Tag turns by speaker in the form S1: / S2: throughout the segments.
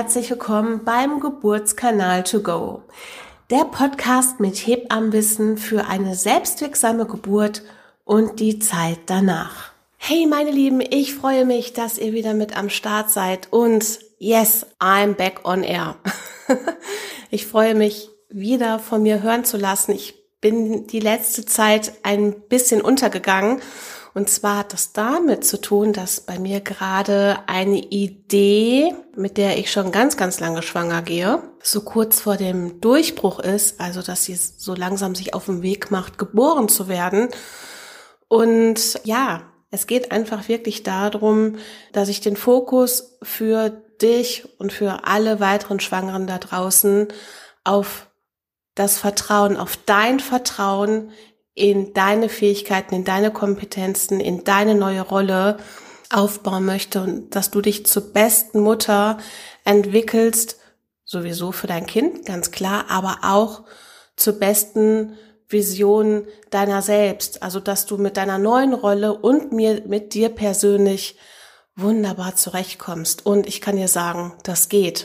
S1: herzlich willkommen beim Geburtskanal to go. Der Podcast mit Hebammenwissen für eine selbstwirksame Geburt und die Zeit danach. Hey meine Lieben, ich freue mich, dass ihr wieder mit am Start seid und yes, I'm back on air. Ich freue mich, wieder von mir hören zu lassen. Ich bin die letzte Zeit ein bisschen untergegangen. Und zwar hat das damit zu tun, dass bei mir gerade eine Idee, mit der ich schon ganz, ganz lange schwanger gehe, so kurz vor dem Durchbruch ist, also dass sie so langsam sich auf den Weg macht, geboren zu werden. Und ja, es geht einfach wirklich darum, dass ich den Fokus für dich und für alle weiteren Schwangeren da draußen auf das Vertrauen, auf dein Vertrauen in deine Fähigkeiten, in deine Kompetenzen, in deine neue Rolle aufbauen möchte und dass du dich zur besten Mutter entwickelst, sowieso für dein Kind, ganz klar, aber auch zur besten Vision deiner selbst, also dass du mit deiner neuen Rolle und mit dir persönlich wunderbar zurechtkommst. Und ich kann dir sagen, das geht.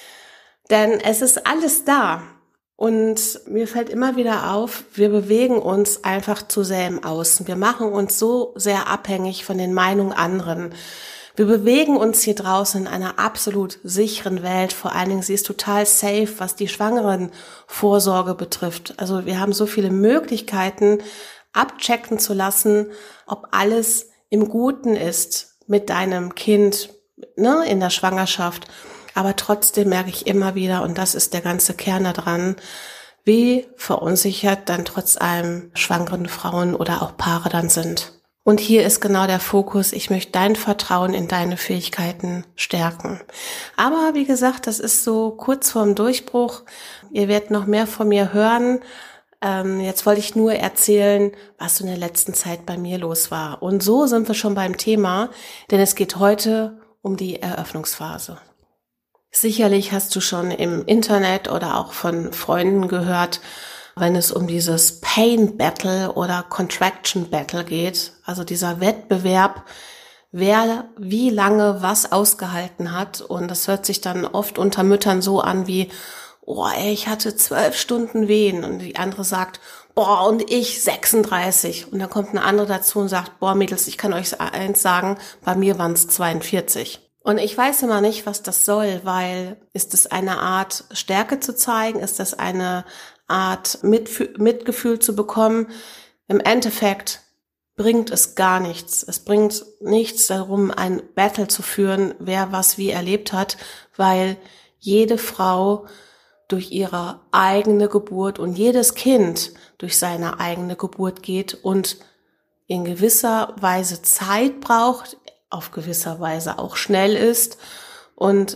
S1: Denn es ist alles da. Und mir fällt immer wieder auf, wir bewegen uns einfach zu sehr im Außen. Wir machen uns so sehr abhängig von den Meinungen anderen. Wir bewegen uns hier draußen in einer absolut sicheren Welt. Vor allen Dingen, sie ist total safe, was die Schwangerenvorsorge betrifft. Also wir haben so viele Möglichkeiten, abchecken zu lassen, ob alles im Guten ist mit deinem Kind, in der Schwangerschaft. Aber trotzdem merke ich immer wieder, und das ist der ganze Kern daran, wie verunsichert dann trotz allem schwangeren Frauen oder auch Paare dann sind. Und hier ist genau der Fokus, ich möchte dein Vertrauen in deine Fähigkeiten stärken. Aber wie gesagt, das ist so kurz vorm Durchbruch. Ihr werdet noch mehr von mir hören. Jetzt wollte ich nur erzählen, was so in der letzten Zeit bei mir los war. Und so sind wir schon beim Thema, denn es geht heute um die Eröffnungsphase. Sicherlich hast du schon im Internet oder auch von Freunden gehört, wenn es um dieses Pain Battle oder Contraction Battle geht, also dieser Wettbewerb, wer wie lange was ausgehalten hat. Und das hört sich dann oft unter Müttern so an wie, ich hatte 12 Stunden Wehen. Und die andere sagt, und ich 36. Und dann kommt eine andere dazu und sagt, Mädels, ich kann euch eins sagen, bei mir waren es 42. Und ich weiß immer nicht, was das soll, weil ist es eine Art Stärke zu zeigen? Ist das eine Art Mitgefühl zu bekommen? Im Endeffekt bringt es gar nichts. Es bringt nichts darum, ein Battle zu führen, wer was wie erlebt hat, weil jede Frau durch ihre eigene Geburt und jedes Kind durch seine eigene Geburt geht und in gewisser Weise Zeit braucht, auf gewisser Weise auch schnell ist. Und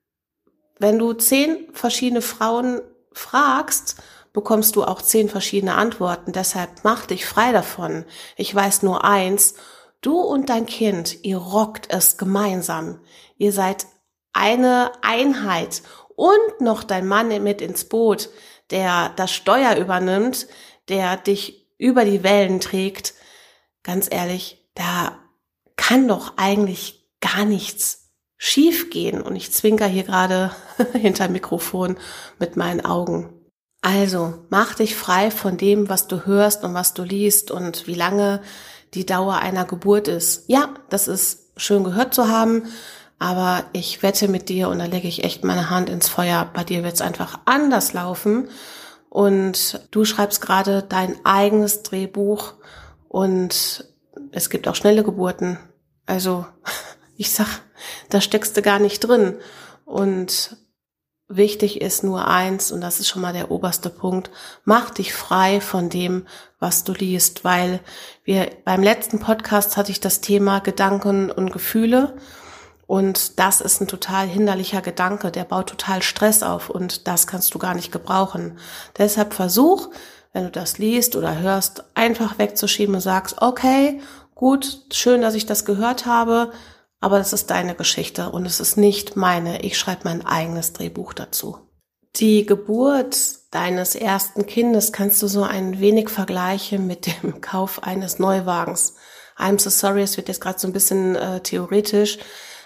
S1: wenn du 10 verschiedene Frauen fragst, bekommst du auch 10 verschiedene Antworten. Deshalb mach dich frei davon. Ich weiß nur eins, du und dein Kind, ihr rockt es gemeinsam. Ihr seid eine Einheit und noch dein Mann mit ins Boot, der das Steuer übernimmt, der dich über die Wellen trägt. Ganz ehrlich, da kann doch eigentlich gar nichts schief gehen. Und ich zwinker hier gerade hinter Mikrofon mit meinen Augen. Also, mach dich frei von dem, was du hörst und was du liest und wie lange die Dauer einer Geburt ist. Ja, das ist schön gehört zu haben, aber ich wette mit dir, und da lege ich echt meine Hand ins Feuer, bei dir wird es einfach anders laufen. Und du schreibst gerade dein eigenes Drehbuch und es gibt auch schnelle Geburten. Also ich sag, da steckst du gar nicht drin. Und wichtig ist nur eins, und das ist schon mal der oberste Punkt, mach dich frei von dem, was du liest. Weil beim letzten Podcast hatte ich das Thema Gedanken und Gefühle. Und das ist ein total hinderlicher Gedanke, der baut total Stress auf und das kannst du gar nicht gebrauchen. Deshalb versuch, wenn du das liest oder hörst, einfach wegzuschieben und sagst, okay, gut, schön, dass ich das gehört habe, aber das ist deine Geschichte und es ist nicht meine. Ich schreibe mein eigenes Drehbuch dazu. Die Geburt deines ersten Kindes kannst du so ein wenig vergleichen mit dem Kauf eines Neuwagens. I'm so sorry, es wird jetzt gerade so ein bisschen theoretisch,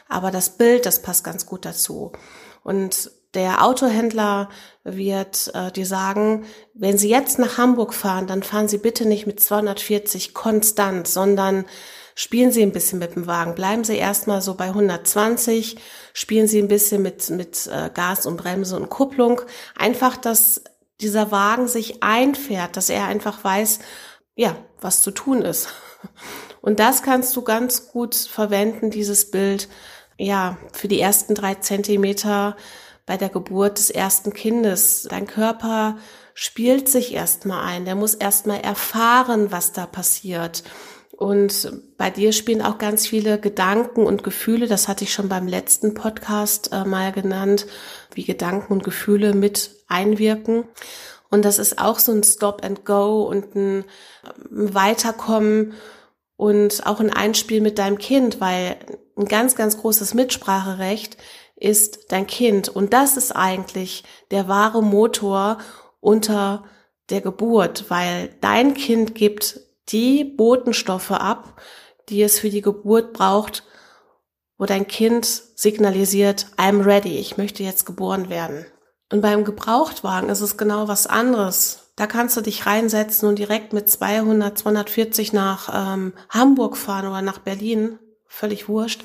S1: aber das Bild, das passt ganz gut dazu. Und der Autohändler wird dir sagen, wenn Sie jetzt nach Hamburg fahren, dann fahren Sie bitte nicht mit 240 konstant, sondern spielen Sie ein bisschen mit dem Wagen. Bleiben Sie erstmal so bei 120, spielen Sie ein bisschen mit Gas und Bremse und Kupplung. Einfach, dass dieser Wagen sich einfährt, dass er einfach weiß, ja, was zu tun ist. Und das kannst du ganz gut verwenden, dieses Bild, ja, für die ersten 3 Zentimeter bei der Geburt des ersten Kindes. Dein Körper spielt sich erstmal ein. Der muss erstmal erfahren, was da passiert. Und bei dir spielen auch ganz viele Gedanken und Gefühle, das hatte ich schon beim letzten Podcast mal genannt, wie Gedanken und Gefühle mit einwirken. Und das ist auch so ein Stop and Go und ein Weiterkommen und auch ein Einspiel mit deinem Kind, weil ein ganz, ganz großes Mitspracherecht ist dein Kind. Und das ist eigentlich der wahre Motor unter der Geburt, weil dein Kind gibt die Botenstoffe ab, die es für die Geburt braucht, wo dein Kind signalisiert, I'm ready, ich möchte jetzt geboren werden. Und beim Gebrauchtwagen ist es genau was anderes. Da kannst du dich reinsetzen und direkt mit 200, 240 nach Hamburg fahren oder nach Berlin, völlig wurscht.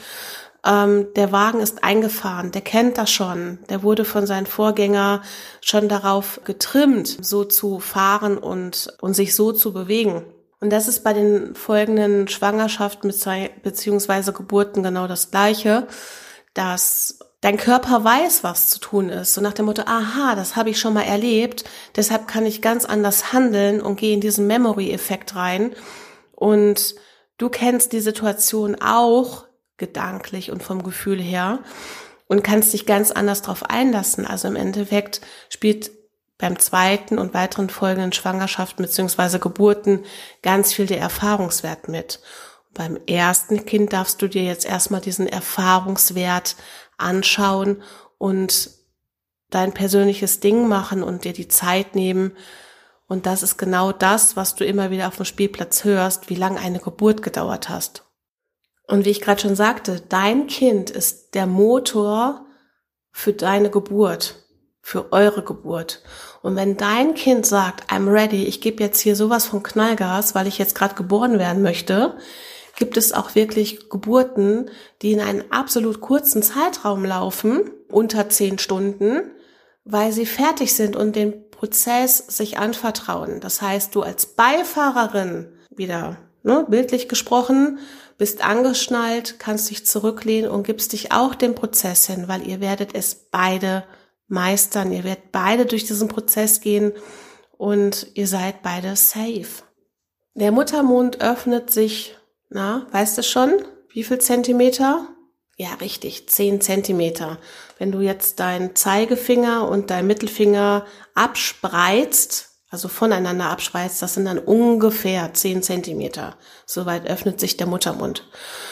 S1: Der Wagen ist eingefahren, der kennt das schon, der wurde von seinem Vorgänger schon darauf getrimmt, so zu fahren und sich so zu bewegen. Und das ist bei den folgenden Schwangerschaften beziehungsweise Geburten genau das Gleiche, dass dein Körper weiß, was zu tun ist. So nach dem Motto, aha, das habe ich schon mal erlebt, deshalb kann ich ganz anders handeln und gehe in diesen Memory-Effekt rein. Und du kennst die Situation auch gedanklich und vom Gefühl her und kannst dich ganz anders drauf einlassen. Also im Endeffekt spielt beim zweiten und weiteren folgenden Schwangerschaften bzw. Geburten ganz viel der Erfahrungswert mit. Und beim ersten Kind darfst du dir jetzt erstmal diesen Erfahrungswert anschauen und dein persönliches Ding machen und dir die Zeit nehmen. Und das ist genau das, was du immer wieder auf dem Spielplatz hörst, wie lange eine Geburt gedauert hast. Und wie ich gerade schon sagte, dein Kind ist der Motor für deine Geburt, für eure Geburt. Und wenn dein Kind sagt, I'm ready, ich gebe jetzt hier sowas von Knallgas, weil ich jetzt gerade geboren werden möchte, gibt es auch wirklich Geburten, die in einem absolut kurzen Zeitraum laufen, unter 10 Stunden, weil sie fertig sind und den Prozess sich anvertrauen. Das heißt, du als Beifahrerin, wieder bildlich gesprochen, bist angeschnallt, kannst dich zurücklehnen und gibst dich auch dem Prozess hin, weil ihr werdet es beide meistern, ihr werdet beide durch diesen Prozess gehen und ihr seid beide safe. Der Muttermund öffnet sich, weißt du schon, wie viel Zentimeter? Ja, richtig, 10 Zentimeter. Wenn du jetzt deinen Zeigefinger und deinen Mittelfinger abspreizt, also voneinander abspreizt, das sind dann ungefähr 10 Zentimeter. Soweit öffnet sich der Muttermund.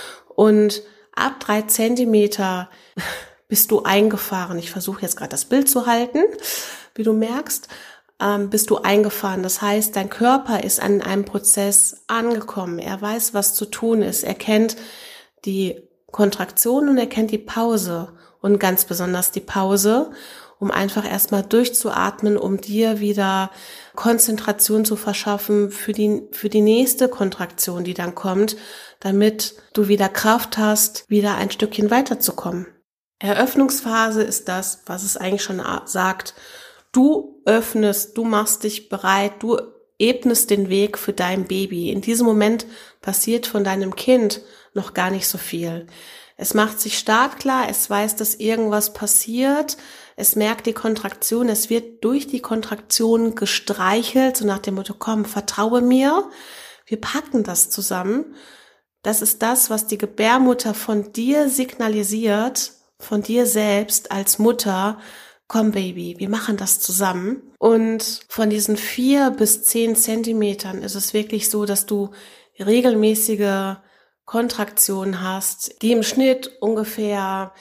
S1: Und ab 3 Zentimeter bist du eingefahren. Ich versuche jetzt gerade das Bild zu halten. Wie du merkst, bist du eingefahren. Das heißt, dein Körper ist an einem Prozess angekommen. Er weiß, was zu tun ist. Er kennt die Kontraktion und er kennt die Pause. Und ganz besonders die Pause, um einfach erstmal durchzuatmen, um dir wieder Konzentration zu verschaffen für die nächste Kontraktion, die dann kommt, damit du wieder Kraft hast, wieder ein Stückchen weiterzukommen. Eröffnungsphase ist das, was es eigentlich schon sagt. Du öffnest, du machst dich bereit, du ebnest den Weg für dein Baby. In diesem Moment passiert von deinem Kind noch gar nicht so viel. Es macht sich startklar, es weiß, dass irgendwas passiert, es merkt die Kontraktion, es wird durch die Kontraktion gestreichelt, so nach dem Motto, komm, vertraue mir, wir packen das zusammen. Das ist das, was die Gebärmutter von dir signalisiert, von dir selbst als Mutter, komm Baby, wir machen das zusammen. Und von diesen 4 bis 10 Zentimetern ist es wirklich so, dass du regelmäßige Kontraktionen hast, die im Schnitt ungefähr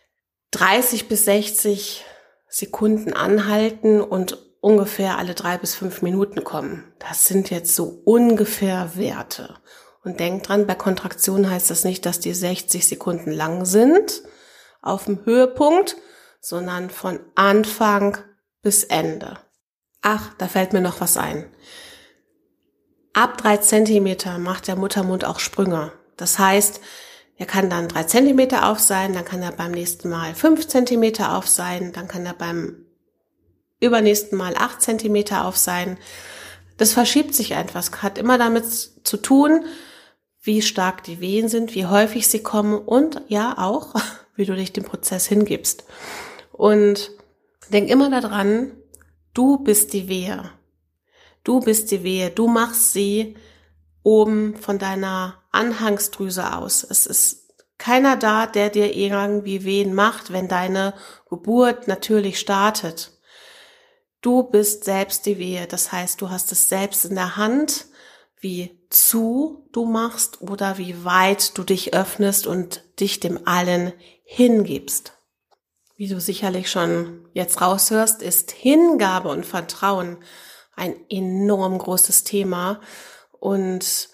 S1: 30 bis 60 Sekunden anhalten und ungefähr alle 3 bis 5 Minuten kommen. Das sind jetzt so ungefähr Werte. Und denk dran, bei Kontraktionen heißt das nicht, dass die 60 Sekunden lang sind auf dem Höhepunkt, sondern von Anfang bis Ende. Ach, da fällt mir noch was ein. Ab 3 Zentimeter macht der Muttermund auch Sprünge. Das heißt, er kann dann 3 Zentimeter auf sein, dann kann er beim nächsten Mal 5 Zentimeter auf sein, dann kann er beim übernächsten Mal 8 Zentimeter auf sein. Das verschiebt sich einfach. Es hat immer damit zu tun, wie stark die Wehen sind, wie häufig sie kommen und ja auch, wie du dich dem Prozess hingibst. Und denk immer daran, du bist die Wehe. Du bist die Wehe. Du machst sie oben von deiner Anhangsdrüse aus. Es ist keiner da, der dir irgendwie Wehen macht, wenn deine Geburt natürlich startet. Du bist selbst die Wehe. Das heißt, du hast es selbst in der Hand, wie zu du machst oder wie weit du dich öffnest und dich dem Allen hingibst. Wie du sicherlich schon jetzt raushörst, ist Hingabe und Vertrauen ein enorm großes Thema. Und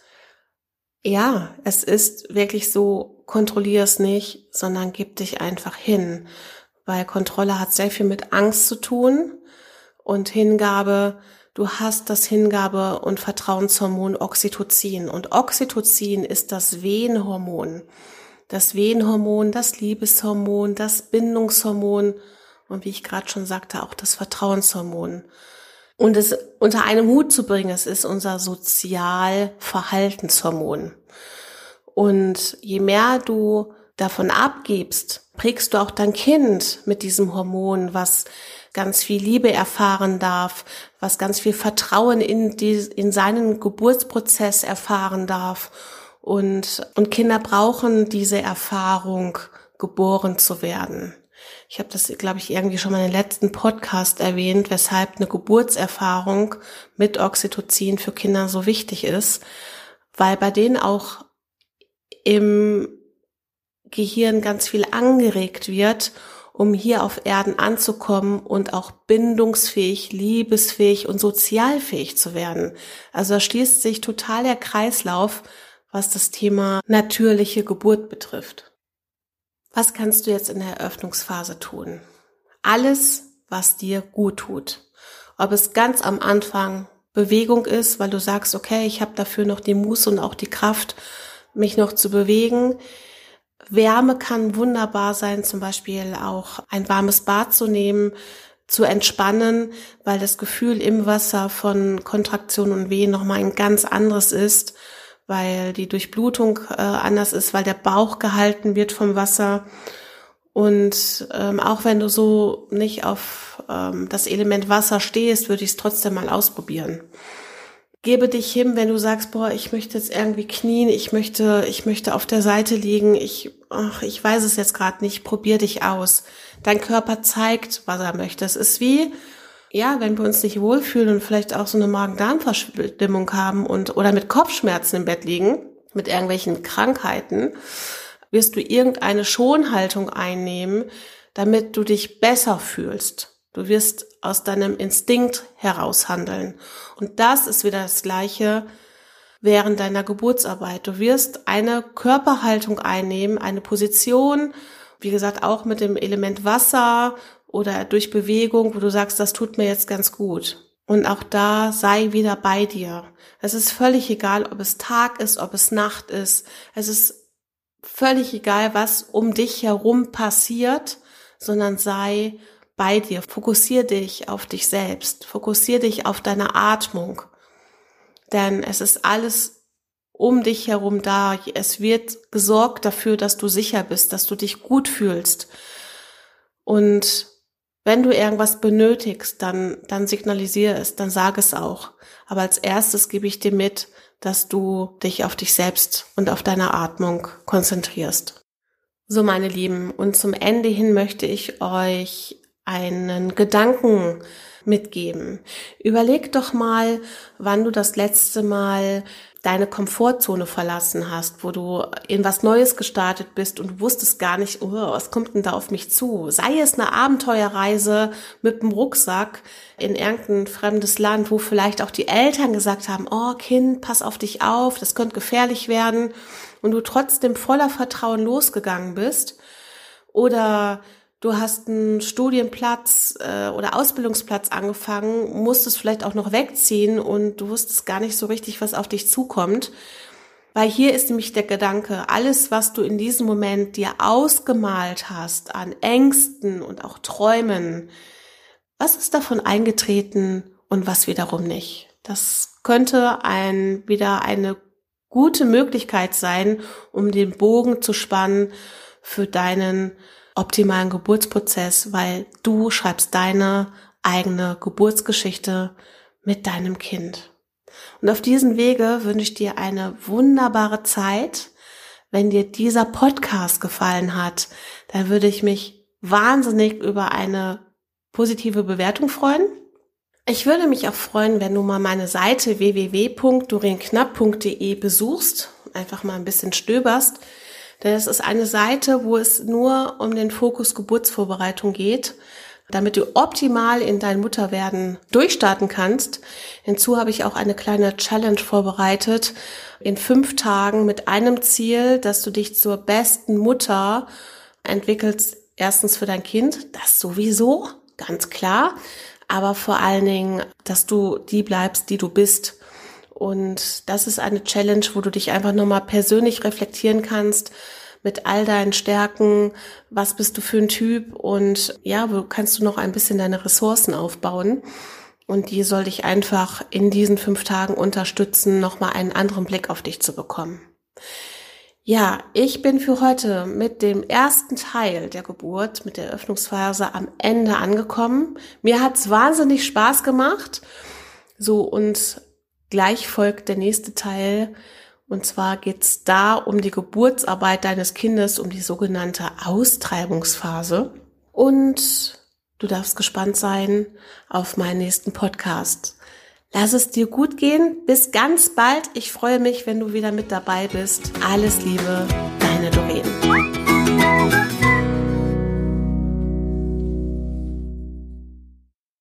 S1: ja, es ist wirklich so, kontrollier es nicht, sondern gib dich einfach hin. Weil Kontrolle hat sehr viel mit Angst zu tun und Hingabe, du hast das Hingabe- und Vertrauenshormon Oxytocin. Und Oxytocin ist das Wehenhormon. Das Wehenhormon, das Liebeshormon, das Bindungshormon und wie ich gerade schon sagte, auch das Vertrauenshormon. Und es unter einem Hut zu bringen, es ist unser Sozialverhaltenshormon. Und je mehr du davon abgibst, prägst du auch dein Kind mit diesem Hormon, was ganz viel Liebe erfahren darf, was ganz viel Vertrauen in seinen Geburtsprozess erfahren darf. Und Kinder brauchen diese Erfahrung, geboren zu werden. Ich habe das, glaube ich, irgendwie schon mal in den letzten Podcast erwähnt, weshalb eine Geburtserfahrung mit Oxytocin für Kinder so wichtig ist, weil bei denen auch im Gehirn ganz viel angeregt wird, um hier auf Erden anzukommen und auch bindungsfähig, liebesfähig und sozialfähig zu werden. Also da schließt sich total der Kreislauf, was das Thema natürliche Geburt betrifft. Was kannst du jetzt in der Eröffnungsphase tun? Alles, was dir gut tut. Ob es ganz am Anfang Bewegung ist, weil du sagst, okay, ich habe dafür noch die Muße und auch die Kraft, mich noch zu bewegen. Wärme kann wunderbar sein, zum Beispiel auch ein warmes Bad zu nehmen, zu entspannen, weil das Gefühl im Wasser von Kontraktion und Wehen nochmal ein ganz anderes ist, weil die Durchblutung anders ist, weil der Bauch gehalten wird vom Wasser. Und auch wenn du so nicht auf das Element Wasser stehst, würde ich es trotzdem mal ausprobieren. Gebe dich hin, wenn du sagst, boah, ich möchte jetzt irgendwie knien, ich möchte auf der Seite liegen, ich weiß es jetzt gerade nicht, probier dich aus. Dein Körper zeigt, was er möchte. Es ist wie, ja, wenn wir uns nicht wohlfühlen und vielleicht auch so eine Magen-Darm-Verstimmung haben oder mit Kopfschmerzen im Bett liegen, mit irgendwelchen Krankheiten, wirst du irgendeine Schonhaltung einnehmen, damit du dich besser fühlst. Du wirst aus deinem Instinkt heraus handeln. Und das ist wieder das Gleiche während deiner Geburtsarbeit. Du wirst eine Körperhaltung einnehmen, eine Position, wie gesagt, auch mit dem Element Wasser oder durch Bewegung, wo du sagst, das tut mir jetzt ganz gut. Und auch da sei wieder bei dir. Es ist völlig egal, ob es Tag ist, ob es Nacht ist. Es ist völlig egal, was um dich herum passiert, sondern sei bei dir. Fokussier dich auf dich selbst. Fokussier dich auf deine Atmung. Denn es ist alles um dich herum da. Es wird gesorgt dafür, dass du sicher bist, dass du dich gut fühlst. Und wenn du irgendwas benötigst, dann signalisiere es, dann sag es auch. Aber als erstes gebe ich dir mit, dass du dich auf dich selbst und auf deine Atmung konzentrierst. So, meine Lieben, und zum Ende hin möchte ich euch einen Gedanken mitgeben. Überleg doch mal, wann du das letzte Mal deine Komfortzone verlassen hast, wo du in was Neues gestartet bist und du wusstest gar nicht, oh, was kommt denn da auf mich zu? Sei es eine Abenteuerreise mit dem Rucksack in irgendein fremdes Land, wo vielleicht auch die Eltern gesagt haben, oh Kind, pass auf dich auf, das könnte gefährlich werden, und du trotzdem voller Vertrauen losgegangen bist. Oder du hast einen Studienplatz oder Ausbildungsplatz angefangen, musstest vielleicht auch noch wegziehen und du wusstest gar nicht so richtig, was auf dich zukommt. Weil hier ist nämlich der Gedanke, alles, was du in diesem Moment dir ausgemalt hast an Ängsten und auch Träumen, was ist davon eingetreten und was wiederum nicht? Das könnte wieder eine gute Möglichkeit sein, um den Bogen zu spannen für deinen optimalen Geburtsprozess, weil du schreibst deine eigene Geburtsgeschichte mit deinem Kind. Und auf diesem Wege wünsche ich dir eine wunderbare Zeit. Wenn dir dieser Podcast gefallen hat, dann würde ich mich wahnsinnig über eine positive Bewertung freuen. Ich würde mich auch freuen, wenn du mal meine Seite www.doreenknapp.de besuchst, einfach mal ein bisschen stöberst. Denn es ist eine Seite, wo es nur um den Fokus Geburtsvorbereitung geht, damit du optimal in dein Mutterwerden durchstarten kannst. Hinzu habe ich auch eine kleine Challenge vorbereitet in 5 Tagen mit einem Ziel, dass du dich zur besten Mutter entwickelst. Erstens für dein Kind, das sowieso, ganz klar, aber vor allen Dingen, dass du die bleibst, die du bist. Und das ist eine Challenge, wo du dich einfach nochmal persönlich reflektieren kannst mit all deinen Stärken. Was bist du für ein Typ? Und ja, wo kannst du noch ein bisschen deine Ressourcen aufbauen? Und die soll dich einfach in diesen 5 Tagen unterstützen, nochmal einen anderen Blick auf dich zu bekommen. Ja, ich bin für heute mit dem ersten Teil der Geburt, mit der Eröffnungsphase am Ende angekommen. Mir hat's wahnsinnig Spaß gemacht. So, und gleich folgt der nächste Teil, und zwar geht's da um die Geburtsarbeit deines Kindes, um die sogenannte Austreibungsphase. Und du darfst gespannt sein auf meinen nächsten Podcast. Lass es dir gut gehen. Bis ganz bald. Ich freue mich, wenn du wieder mit dabei bist. Alles Liebe, deine Doreen.